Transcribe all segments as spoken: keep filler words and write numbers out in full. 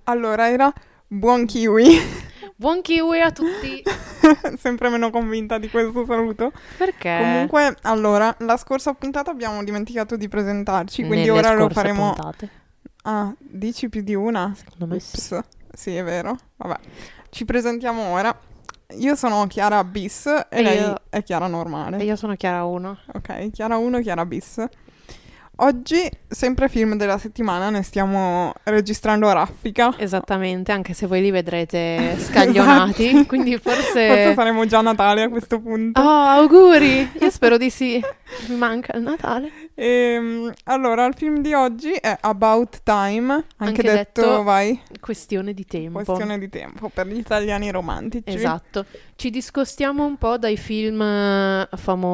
Allora, era Buon Kiwi. Buon kiwi a tutti. Sempre meno convinta di questo saluto. Perché? Comunque, allora, la scorsa puntata abbiamo dimenticato di presentarci, quindi Nelle ora lo scorse faremo... puntate. Ah, dici più di una? Secondo me sì. Ups. Sì, è vero. Vabbè. Ci presentiamo ora. Io sono Chiara Bis e, E lei io- è Chiara normale. E io sono Chiara uno. Ok, Chiara uno, Chiara Bis. Oggi, sempre film della settimana, ne stiamo registrando a raffica. Esattamente, anche se voi li vedrete scaglionati. Esatto. Quindi forse... Forse saremo già a Natale a questo punto. Oh, auguri! Io spero di sì. Mi manca il Natale. Ehm, allora, il film di oggi è About Time, anche, Anche detto, detto vai, Questione di tempo. questione di tempo per gli italiani romantici. Esatto. Ci discostiamo un po' dai film eh,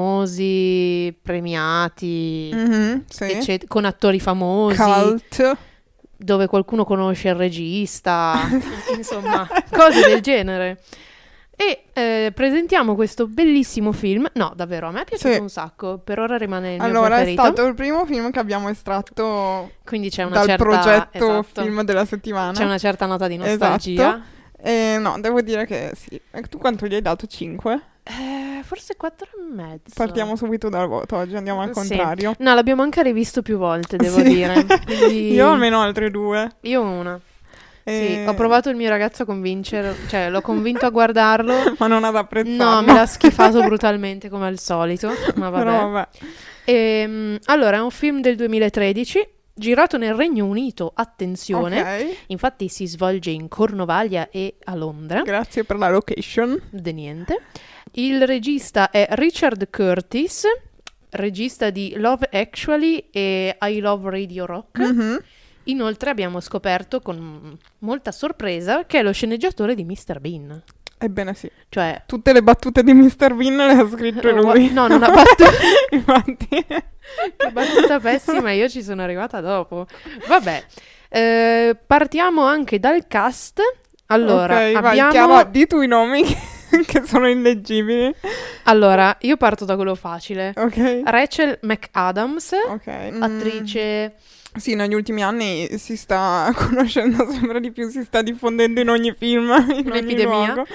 famosi, premiati, Mhm, sì. eccet- con attori famosi, Cult. dove qualcuno conosce il regista, insomma, cose del genere. E eh, presentiamo questo bellissimo film. No, davvero, a me è piaciuto Sì. un sacco. Per ora rimane il mio Allora, è preferito. stato il primo film che abbiamo estratto Quindi c'è una dal certa... progetto esatto. film della settimana. C'è una certa nota di Esatto. nostalgia. E no, devo dire che sì. E tu quanto gli hai dato? cinque? Eh, forse quattro e mezzo. Partiamo subito dal voto, oggi andiamo al Sì. contrario. No, l'abbiamo anche rivisto più volte, devo Sì. dire. Quindi- Io almeno altre due. Io una. E- Sì, ho provato il mio ragazzo a convincere, cioè l'ho convinto a guardarlo. Ma non ad apprezzarlo. No, me l'ha schifato brutalmente come al solito, ma vabbè. Però vabbè. Ehm, allora, è un film del duemilatredici, girato nel Regno Unito, attenzione. Ok, Infatti si svolge in Cornovaglia e a Londra. grazie per la location. De niente. Il regista è Richard Curtis, regista di Love Actually e I Love Radio Rock. Mhm. Inoltre abbiamo scoperto con molta sorpresa che è lo sceneggiatore di mister Bean. Ebbene sì. Cioè, Tutte le battute di mister Bean le ha scritte lui. no, non ha battuto. Infatti. Che battuta pessima, io ci sono arrivata dopo. Vabbè, eh, partiamo anche dal cast. Allora, Ok, vai, abbiamo... Chiara, di tu i nomi che, che sono illeggibili. Allora, io parto da quello facile. Ok. Rachel McAdams, Ok. mm, attrice... Sì, negli ultimi anni si sta conoscendo sempre di più, si sta diffondendo in ogni film, in ogni Un'epidemia. luogo.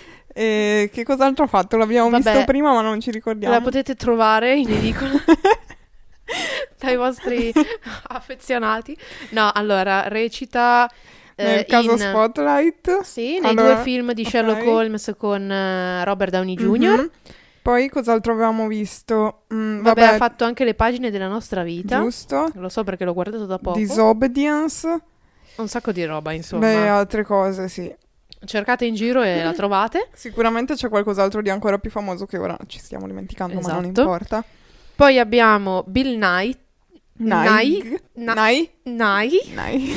E che cos'altro ha fatto? L'abbiamo Vabbè, visto prima, ma non ci ricordiamo. La potete trovare in edicola dai vostri affezionati. No, allora, recita eh, Nel caso in... Spotlight. Sì, nei Allora, due film di Sherlock ok. Holmes con eh, Robert Downey junior Mhm. Poi cos'altro avevamo visto? Mm, Vabbè, vabbè, ha fatto anche le pagine della nostra vita. giusto. Lo so perché l'ho guardato da poco. Disobedience. Un sacco di roba, insomma. Beh, altre cose, sì. Cercate in giro e la trovate. Sicuramente c'è qualcos'altro di ancora più famoso che ora ci stiamo dimenticando, ma non Esatto. importa. Poi abbiamo Bill Nye. Nike. Na- Nai. Nye. Nai.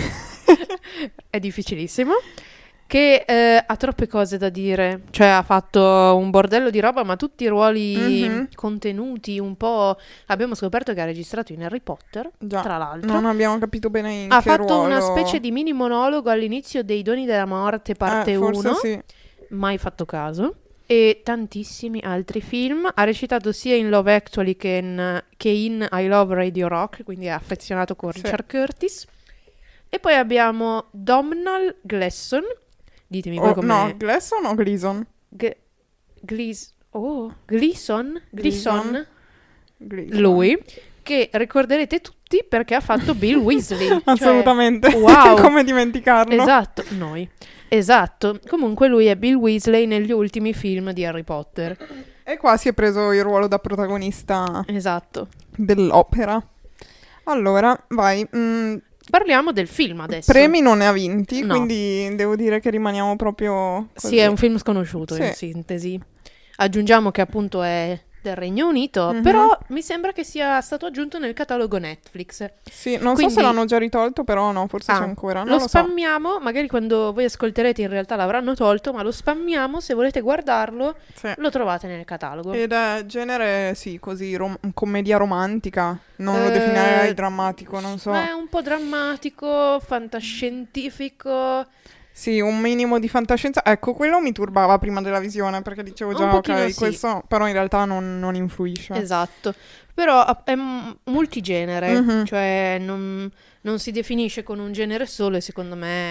È difficilissimo. Che eh, ha troppe cose da dire. Cioè, ha fatto un bordello di roba, ma tutti i ruoli Mhm. contenuti un po'. Abbiamo scoperto che ha registrato in Harry Potter, Già, tra l'altro. non abbiamo capito bene in Ha che fatto una ruolo. specie di mini monologo all'inizio dei Doni della Morte, parte Eh, forse uno. sì. Mai fatto caso. E tantissimi altri film. Ha recitato sia in Love Actually che in, che in I Love Radio Rock, quindi è affezionato con Sì. Richard Curtis. E poi abbiamo Domhnall Gleeson. Ditemi voi Oh, come... no, Gleason o Gleason? G- Glees- oh, Gleeson? Gleeson? Gleason. Lui, che ricorderete tutti perché ha fatto Bill Weasley. Cioè, Assolutamente. wow. Come dimenticarlo? Esatto, noi. Esatto. Comunque lui è Bill Weasley negli ultimi film di Harry Potter. E qua si è preso il ruolo da protagonista Esatto. dell'opera. Allora, vai. mm, Parliamo del film adesso. premi non ne ha vinti, No. quindi devo dire che rimaniamo proprio così. Sì, è un film sconosciuto Sì. in sintesi. Aggiungiamo che appunto è del Regno Unito, Mhm. però mi sembra che sia stato aggiunto nel catalogo Netflix. Sì, non Quindi- so se l'hanno già ritolto, però no, forse Ah, c'è ancora. Non Lo lo so. spammiamo, magari quando voi ascolterete in realtà l'avranno tolto, ma lo spammiamo, se volete guardarlo Sì. lo trovate nel catalogo. Ed è genere, sì, così, rom- commedia romantica. Non lo Eh, definirei drammatico, non so. È un po' drammatico, fantascientifico. Sì, un minimo di fantascienza. Ecco, quello mi turbava prima della visione, perché dicevo Un già, pochino ok, sì. questo però in realtà non, non influisce. Esatto, però a- è m- multigenere, Mhm. cioè non, non si definisce con un genere solo e secondo me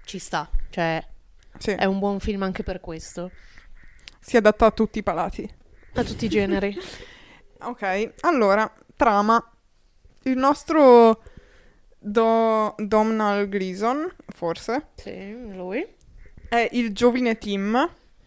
ci sta, cioè Sì. è un buon film anche per questo, Si adatta a tutti i palati. a tutti i generi. Ok, allora, trama. Il nostro Do- Domhnall Gleeson, forse, Sì, lui. è il giovine Tim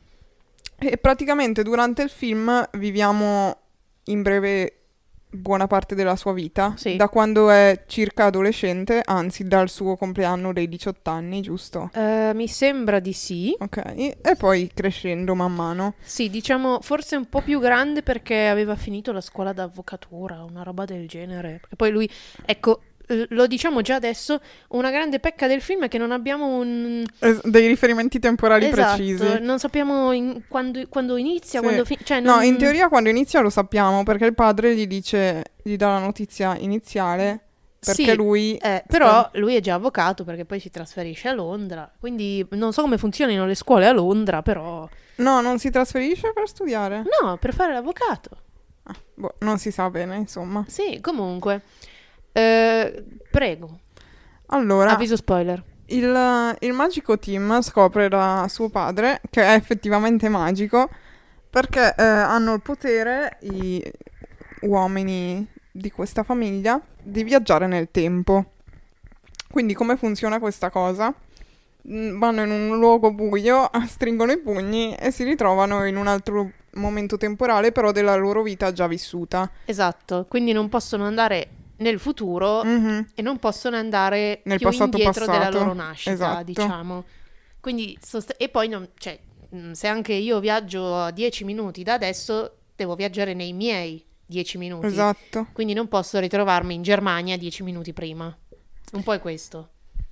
e praticamente durante il film viviamo in breve buona parte della sua vita, Sì. da quando è circa adolescente, anzi dal suo compleanno dei diciotto anni, giusto? Eh, mi sembra di sì. Ok, e poi crescendo man mano. Sì, diciamo forse un po' più grande perché aveva finito la scuola d'avvocatura, una roba del genere. Perché poi lui, ecco, l- lo diciamo già adesso, una grande pecca del film è che non abbiamo un... Es- dei riferimenti temporali Esatto, precisi. non sappiamo in- quando, quando inizia, Sì. quando finisce. Cioè, No, non- in teoria quando inizia lo sappiamo perché il padre gli dice, gli dà la notizia iniziale perché Sì, lui... eh, però lui è già avvocato perché poi si trasferisce a Londra, quindi non so come funzionino le scuole a Londra, però... No, non si trasferisce per studiare? No, per fare l'avvocato. Ah, boh, non si sa bene, insomma. Sì, comunque. Eh, prego, Allora, avviso spoiler. il, il magico Tim scopre da suo padre che è effettivamente magico perché eh, hanno il potere, i uomini di questa famiglia, di viaggiare nel tempo. Quindi come funziona questa cosa? Mm, Vanno in un luogo buio, stringono i pugni e si ritrovano in un altro momento temporale, però della loro vita già vissuta. Esatto, quindi non possono andare nel futuro Mhm. e non possono andare Nel più passato indietro della passato. loro nascita, Esatto. diciamo. Quindi sost- e poi non, cioè, mh, se anche io viaggio a dieci minuti da adesso, devo viaggiare nei miei dieci minuti. Esatto. Quindi non posso ritrovarmi in Germania dieci minuti prima. Un po' è questo.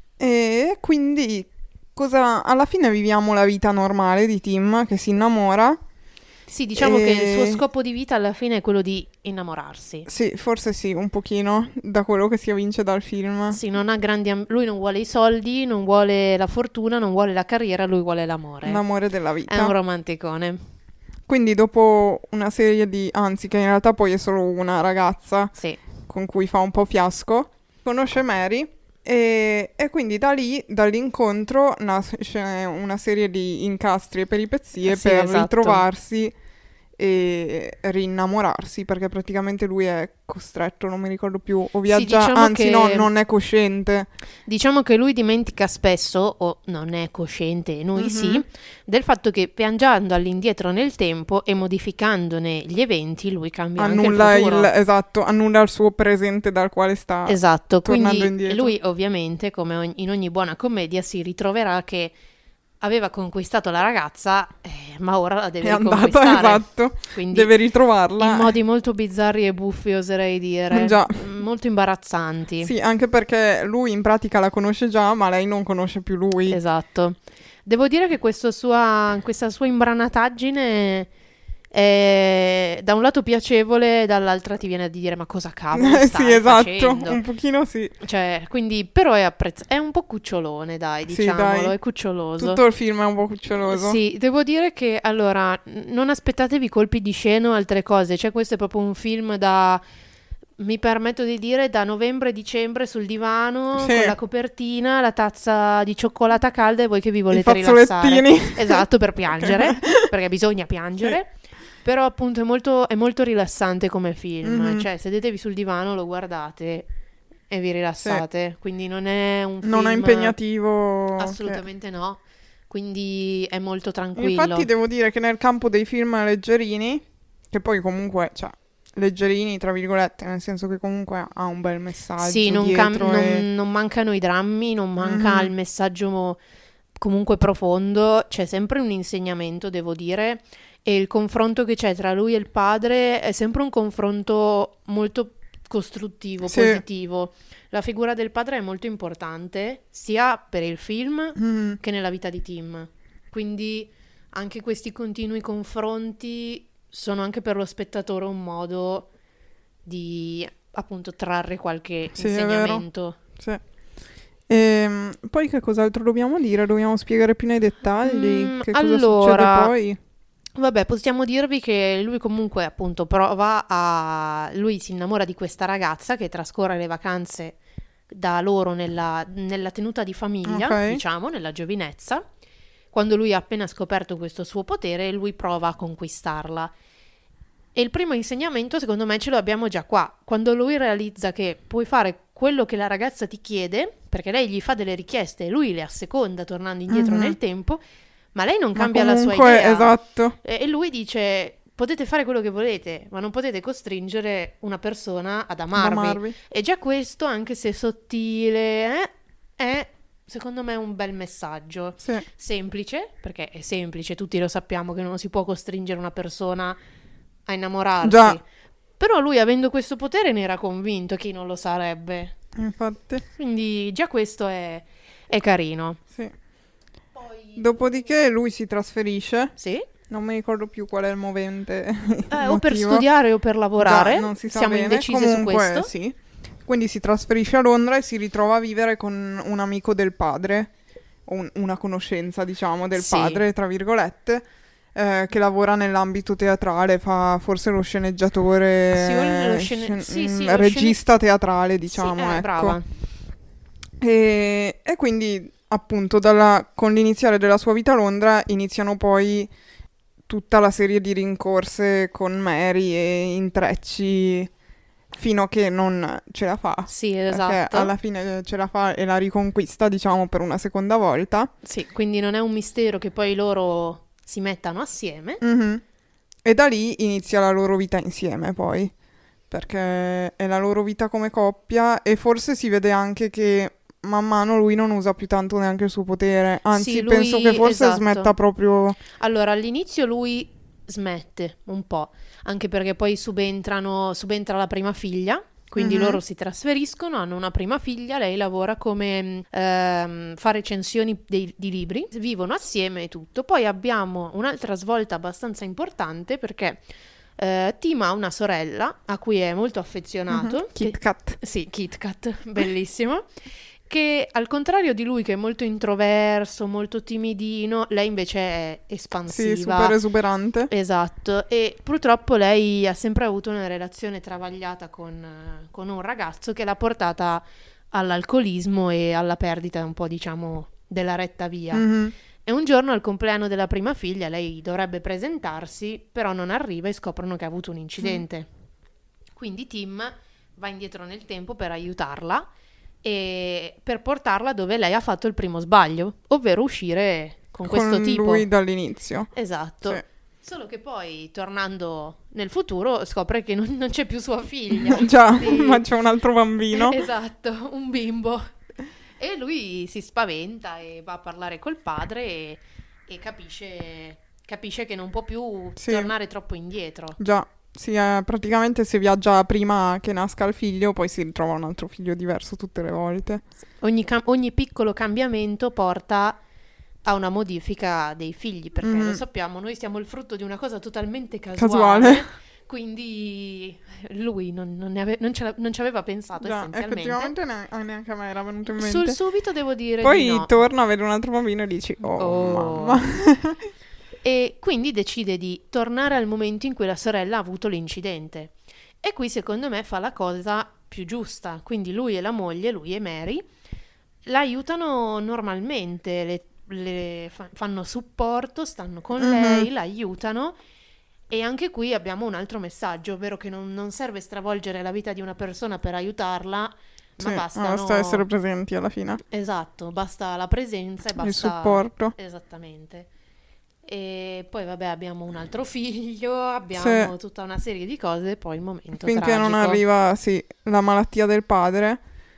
E quindi cosa alla fine viviamo la vita normale di Tim che si innamora. Sì, diciamo che il suo E- scopo di vita alla fine è quello di innamorarsi. Sì, forse sì, un pochino da quello che si evince dal film. Sì, non ha grandi am- lui non vuole i soldi, non vuole la fortuna, non vuole la carriera, lui vuole l'amore. L'amore della È vita. un romanticone. Quindi dopo una serie di, anzi che in realtà poi è solo una ragazza Sì. con cui fa un po' fiasco, conosce Mary e, e quindi da lì, dall'incontro, nasce una serie di incastri e peripezie Sì, per esatto. ritrovarsi e rinnamorarsi, perché praticamente lui è costretto, non mi ricordo più, o viaggia, diciamo anzi che- no, non è cosciente. Diciamo che lui dimentica spesso, o non è cosciente, e noi Mhm. sì, del fatto che viaggiando all'indietro nel tempo e modificandone gli eventi, lui cambia Annulla anche il futuro. il, esatto, annulla il suo presente dal quale sta Esatto, tornando quindi indietro. lui ovviamente, come ogni- in ogni buona commedia, si ritroverà che aveva conquistato la ragazza, eh, ma ora la deve è andata, riconquistare. esatto, Quindi deve ritrovarla. in modi molto bizzarri e buffi, oserei dire. Già. Molto imbarazzanti. Sì, anche perché lui in pratica la conosce già, ma lei non conosce più lui. Esatto. Devo dire che questo sua, questa sua imbranataggine è da un lato piacevole, dall'altra ti viene a dire ma cosa cavolo Eh, stai sì, esatto, facendo? un pochino sì. Cioè, quindi, però è apprezzato. È un po' cucciolone, dai, Sì, diciamolo, dai. è cuccioloso. Tutto il film è un po' cuccioloso. Sì, devo dire che allora n- non aspettatevi colpi di scena o altre cose, cioè questo è proprio un film da, mi permetto di dire, da novembre-dicembre sul divano Sì. con la copertina, la tazza di cioccolata calda e voi che vi I volete rilassare. fazzolettini. Esatto, per piangere, perché bisogna piangere. Però appunto è molto, è molto rilassante come film, Mhm. cioè sedetevi sul divano, lo guardate e vi rilassate, quindi non è un film... Non è impegnativo. Assolutamente no, quindi è molto che- tranquillo. Infatti devo dire che nel campo dei film leggerini, che poi comunque, cioè, leggerini tra virgolette, nel senso che comunque ha un bel messaggio Sì, non, cam- dietro non- e- non mancano i drammi, non manca Mhm. il messaggio comunque profondo, c'è sempre un insegnamento, devo dire, e il confronto che c'è tra lui e il padre è sempre un confronto molto costruttivo, Sì. positivo. La figura del padre è molto importante, sia per il film Mhm. che nella vita di Tim. Quindi anche questi continui confronti sono anche per lo spettatore un modo di appunto trarre qualche Sì, è vero. insegnamento. Sì. Ehm, poi che cos'altro dobbiamo dire? Dobbiamo spiegare più nei dettagli Mm, che cosa allora, succede poi? Vabbè, possiamo dirvi che lui comunque appunto prova a... lui si innamora di questa ragazza che trascorre le vacanze da loro nella, nella tenuta di famiglia, Ok. diciamo, nella giovinezza. Quando lui ha appena scoperto questo suo potere, lui prova a conquistarla. E il primo insegnamento, secondo me, ce lo abbiamo già qua. Quando lui realizza che puoi fare quello che la ragazza ti chiede, perché lei gli fa delle richieste e lui le asseconda tornando indietro Mhm. nel tempo, ma lei non Ma cambia la sua comunque, idea. esatto. E e lui dice: potete fare quello che volete, ma non potete costringere una persona ad Da amarvi. Marvi. E già questo, anche se sottile, eh, è secondo me un bel messaggio. Sì. Semplice, perché è semplice, tutti lo sappiamo che non si può costringere una persona a innamorarsi. Già. Però lui, avendo questo potere, ne era convinto, chi non lo sarebbe. Infatti, Quindi già questo è, è carino. sì. Poi... Dopodiché lui si trasferisce. Sì? Non mi ricordo più qual è il movente. Eh, o per studiare o per lavorare. Già, non si sa Siamo bene. indecise Comunque, su questo. sì. Quindi si trasferisce a Londra e si ritrova a vivere con un amico del padre, o un- una conoscenza, diciamo, del Sì. padre, tra virgolette, eh, che lavora nell'ambito teatrale, fa forse lo sceneggiatore, Sì, o lo scene- scen- sì, sì, mm, lo regista teatrale, diciamo, Sì, eh, ecco. brava. E, e quindi, appunto, dalla- con l'iniziare della sua vita a Londra iniziano poi tutta la serie di rincorse con Mary e intrecci fino a che non ce la fa. Sì, Perché esatto. alla fine ce la fa e la riconquista, diciamo, per una seconda volta. Sì, quindi non è un mistero che poi loro si mettano assieme. Mhm. E da lì inizia la loro vita insieme, poi. Perché è la loro vita come coppia e forse si vede anche che man mano lui non usa più tanto neanche il suo potere. Anzi, Sì, lui- penso che forse esatto. smetta proprio... Allora, all'inizio lui smette un po', anche perché poi subentrano, subentra la prima figlia, quindi Mhm. loro si trasferiscono, hanno una prima figlia, lei lavora come mh, ehm, fa recensioni dei- di libri, vivono assieme e tutto. Poi abbiamo un'altra svolta abbastanza importante perché eh, Tim ha una sorella a cui è molto affezionato. Mhm. che- Kit Kat. Sì, Kit Kat, bellissimo. Che al contrario di lui, che è molto introverso, molto timidino, lei invece è Sì, espansiva. super esuberante. Esatto, e purtroppo lei ha sempre avuto una relazione travagliata con, eh, con un ragazzo che l'ha portata all'alcolismo e alla perdita un po', diciamo, della retta via. Mhm. E un giorno al compleanno della prima figlia lei dovrebbe presentarsi, però non arriva e scoprono che ha avuto un incidente. Quindi Tim va indietro nel tempo per aiutarla e per portarla dove lei ha fatto il primo sbaglio, ovvero uscire con, questo Con tipo. lui dall'inizio. Esatto. Sì. Solo che poi, tornando nel futuro, scopre che non, non c'è più sua figlia. Già, Quindi- ma c'è un altro bambino. Esatto, un bimbo. E lui si spaventa e va a parlare col padre e, e capisce, capisce che non può più Sì. tornare troppo indietro. Già, sì, eh, praticamente si viaggia prima che nasca il figlio, poi si ritrova un altro figlio diverso tutte le volte. Ogni, cam- ogni piccolo cambiamento porta a una modifica dei figli, perché Mhm. lo sappiamo, noi siamo il frutto di una cosa totalmente casuale, Casuale. quindi lui non, non ne ave- non ce la- non ci aveva pensato Già, essenzialmente. effettivamente ne- ah, neanche a me era venuto in mente. Sul subito devo dire Poi di no. torna a vedere un altro bambino e dici, oh, Oh. mamma. E quindi decide di tornare al momento in cui la sorella ha avuto l'incidente. E qui secondo me fa la cosa più giusta. Quindi lui e la moglie, lui e Mary, la aiutano normalmente, le, le fa- fanno supporto, stanno con Mhm. lei, la aiutano. E anche qui abbiamo un altro messaggio, ovvero che non, non serve stravolgere la vita di una persona per aiutarla, ma Sì, bastano... basta essere presenti alla fine. Esatto, basta la presenza e basta... Il supporto. Esattamente. E poi vabbè abbiamo un altro figlio, abbiamo Sì. tutta una serie di cose, poi il momento Finché non tragico. arriva, sì, la malattia del padre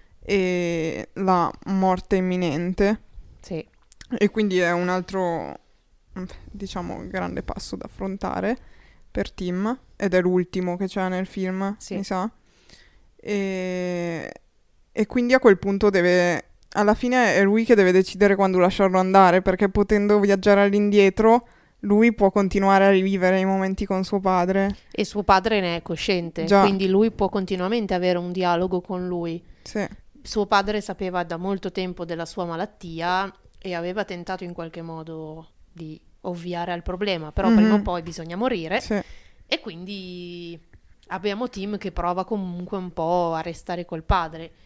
e la morte imminente. Sì, E quindi è un altro, mm, diciamo, grande passo da affrontare per Tim. Ed è l'ultimo che c'è nel film, Sì. mi sa. E, e quindi a quel punto deve... Alla fine è lui che deve decidere quando lasciarlo andare, perché potendo viaggiare all'indietro, lui può continuare a rivivere i momenti con suo padre. e suo padre ne è cosciente, Già. quindi lui può continuamente avere un dialogo con lui. Sì, Suo padre sapeva da molto tempo della sua malattia e aveva tentato in qualche modo di ovviare al problema, però Mhm. prima o poi bisogna morire. sì. E quindi abbiamo Tim che prova comunque un po' a restare col padre.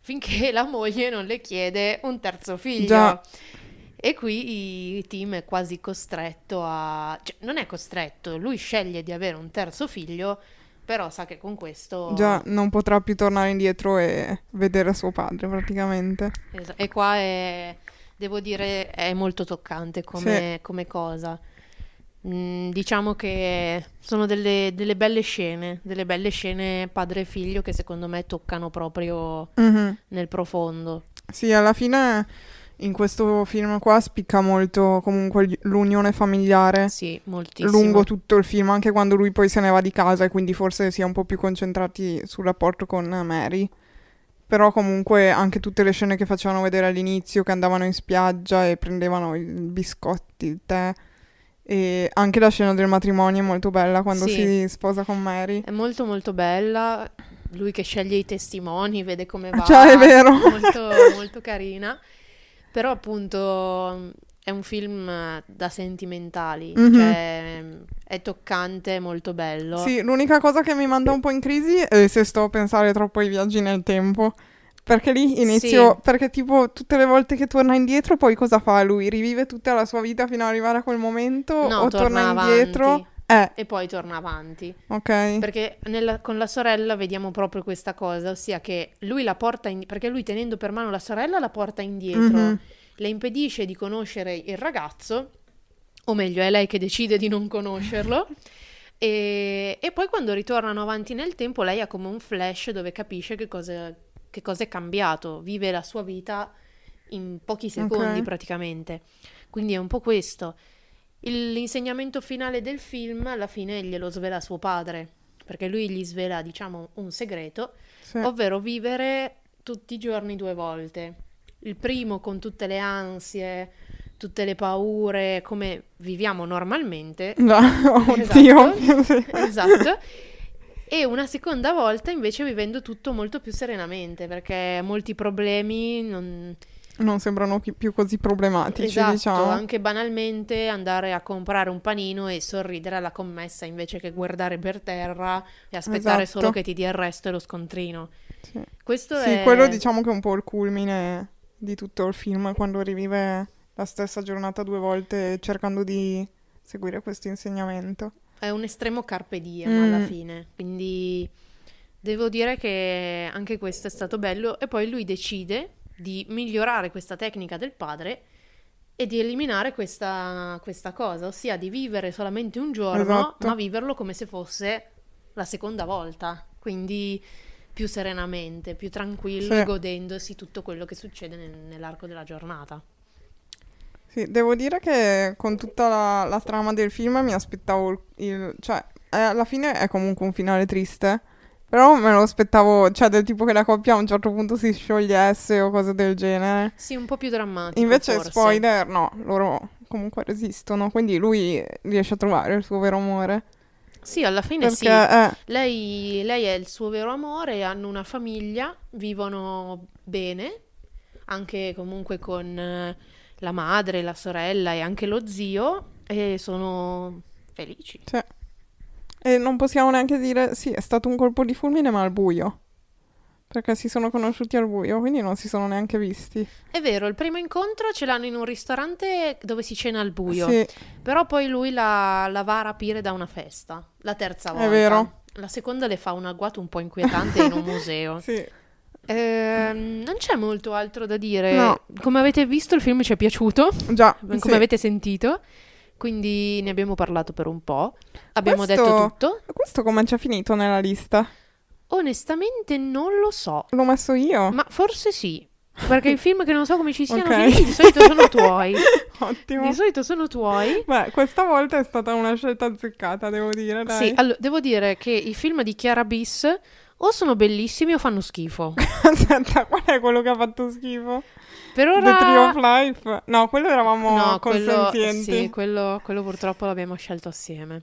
finché la moglie non le chiede un terzo figlio. Già. E qui Tim è quasi costretto a... cioè, non è costretto, lui sceglie di avere un terzo figlio, però sa che con questo... Già, non potrà più tornare indietro e vedere suo padre, praticamente. Es- E qua è, devo dire, è molto toccante come, come cosa. Mm, diciamo che sono delle, delle belle scene, delle belle scene padre e figlio che secondo me toccano proprio Mhm. nel profondo. Sì, alla fine in questo film qua spicca molto comunque gli- l'unione familiare Sì, moltissimo. lungo tutto il film, anche quando lui poi se ne va di casa e quindi forse si è un po' più concentrati sul rapporto con Mary. Però comunque anche tutte le scene che facevano vedere all'inizio, che andavano in spiaggia e prendevano i biscotti, il tè. E anche la scena del matrimonio è molto bella quando Sì. si sposa con Mary. È molto molto bella. Lui che sceglie i testimoni, vede come Ah, va. già, è vero. Molto, molto carina. Però appunto è un film eh, da sentimentali. Mhm. Cioè è toccante, è molto bello. Sì, l'unica cosa che mi manda un po' in crisi è se sto a pensare troppo ai viaggi nel tempo. Perché lì inizio... Sì. Perché tipo tutte le volte che torna indietro poi cosa fa lui? Rivive tutta la sua vita fino ad arrivare a quel momento? No, o torna torna indietro? avanti. Eh, E poi torna avanti. ok. Perché nella- con la sorella vediamo proprio questa cosa, ossia che lui la porta in, perché lui tenendo per mano la sorella la porta indietro, Mhm. le impedisce di conoscere il ragazzo, o meglio è lei che decide di non conoscerlo, e, e poi quando ritornano avanti nel tempo lei ha come un flash dove capisce che cosa, che cosa è cambiato, vive la sua vita in pochi secondi Ok. praticamente. Quindi è un po' questo. Il- L'insegnamento finale del film alla fine glielo svela suo padre, perché lui gli svela, diciamo, un segreto, Sì. ovvero vivere tutti i giorni due volte. Il primo con tutte le ansie, tutte le paure, come viviamo normalmente. Già, oddio. Esatto, Sì. esatto. E una seconda volta invece vivendo tutto molto più serenamente, perché molti problemi non... Non sembrano chi- più così problematici, Esatto, diciamo. anche banalmente andare a comprare un panino e sorridere alla commessa invece che guardare per terra e aspettare Esatto. solo che ti dia il resto e lo scontrino. Sì. Questo Sì, è... quello diciamo che è un po' il culmine di tutto il film, quando rivive la stessa giornata due volte cercando di seguire questo insegnamento. è un estremo carpe diem Mm. alla fine, quindi devo dire che anche questo è stato bello e poi lui decide di migliorare questa tecnica del padre e di eliminare questa, questa cosa, ossia di vivere solamente un giorno, Esatto. ma viverlo come se fosse la seconda volta, quindi più serenamente, più tranquillo Sì. e godendosi tutto quello che succede nel- nell'arco della giornata. Sì, devo dire che con tutta la, la trama del film mi aspettavo il... il- cioè, eh, alla fine è comunque un finale triste, però me lo aspettavo, cioè del tipo che la coppia a un certo punto si sciogliesse o cose del genere. Sì, un po' più drammatico Invece, forse. spoiler, no, loro comunque resistono, quindi lui riesce a trovare il suo vero amore. Sì, alla fine Perché, sì. eh, Lei, lei è il suo vero amore, hanno una famiglia, vivono bene, anche comunque con eh, la madre, la sorella e anche lo zio, e sono felici. cioè, e non possiamo neanche dire, sì, è stato un colpo di fulmine, ma al buio. Perché si sono conosciuti al buio, quindi non si sono neanche visti. È vero, il primo incontro ce l'hanno in un ristorante dove si cena al buio, Sì, però poi lui la, la va a rapire da una festa, la terza volta. vero. La seconda le fa un agguato un po' inquietante in un museo. sì. Ehm, non c'è molto altro da dire. No. Come avete visto, il film ci è piaciuto, Già, come sì. avete sentito, quindi ne abbiamo parlato per un po'. Abbiamo Questo- detto tutto. Questo come c'è finito nella lista? Onestamente non lo so, L'ho messo io? ma forse sì, perché i film che non so come ci siano Ok. finiti di solito sono tuoi. Ottimo. Di solito sono tuoi. Beh, questa volta è stata una scelta azzeccata, devo dire, dai. Sì, allora, devo dire che i film di Chiara Bis o sono bellissimi o fanno schifo. Aspetta, qual è quello che ha fatto schifo? Per The Tree of ora... Life? No, quello eravamo No, quello, consenzienti. sì, quello, quello purtroppo l'abbiamo scelto assieme.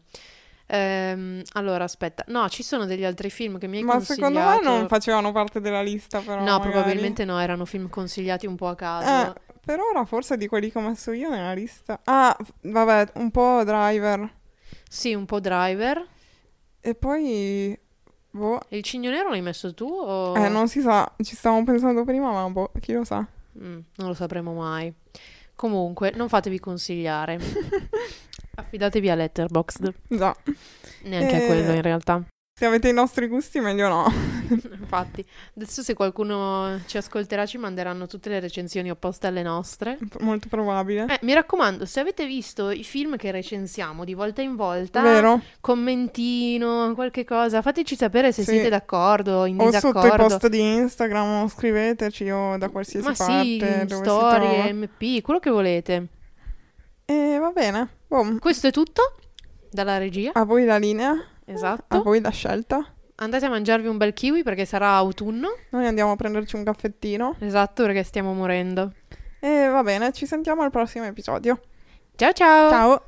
Ehm, allora, aspetta. No, ci sono degli altri film che mi hai Ma consigliato. secondo me non facevano parte della lista, però. No, magari. probabilmente no, erano film consigliati un po' a caso. Eh, per ora forse di quelli che ho messo io nella lista. Ah, f- vabbè, un po' Driver. Sì, un po' Driver. E poi Boh. E il Cigno Nero l'hai messo tu o... Eh, non si sa, ci stavamo pensando prima, ma boh, chi lo sa. Mm, non lo sapremo mai. Comunque, non fatevi consigliare. Affidatevi a Letterboxd. Già. Neanche Eh, a quello, in realtà. Se avete i nostri gusti, meglio no. Infatti, adesso se qualcuno ci ascolterà ci manderanno tutte le recensioni opposte alle nostre. Molto probabile. Eh, mi raccomando, se avete visto i film che recensiamo di volta in volta, Vero? commentino, qualche cosa, fateci sapere se Sì. siete d'accordo, in O sotto i disaccordo. post di Instagram, o scriveteci o da qualsiasi Ma parte sì, dove si storie, trova. M P, quello che volete. E va bene. Boh, Questo è tutto dalla regia. a voi la linea, a Esatto. voi la scelta. Andate a mangiarvi un bel kiwi perché sarà autunno. Noi andiamo a prenderci un caffettino. Esatto, perché stiamo morendo. E va bene, ci sentiamo al prossimo episodio. Ciao ciao! Ciao!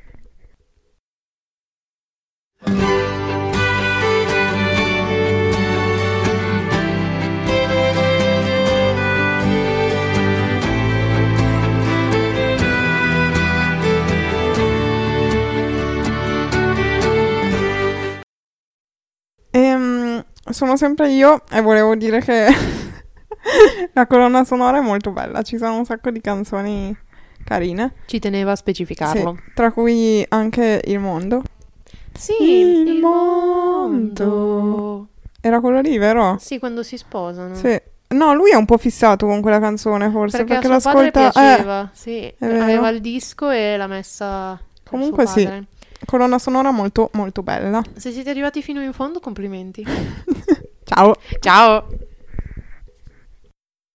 Ehm, sono sempre io e volevo dire che la colonna sonora è molto bella, ci sono un sacco di canzoni carine, Ci teneva a specificarlo. sì, tra cui anche Il Mondo. Sì, Il il mondo. mondo. Era quello lì, vero? Sì, quando si sposano. Sì. No, lui è un po' fissato con quella canzone, forse, Perché, perché, a suo padre l'ascolta... Eh, piaceva. Sì, vero. aveva il disco e l'ha messa per Comunque suo sì. padre. colonna sonora molto, molto bella. Se siete arrivati fino in fondo, complimenti. Ciao! Ciao!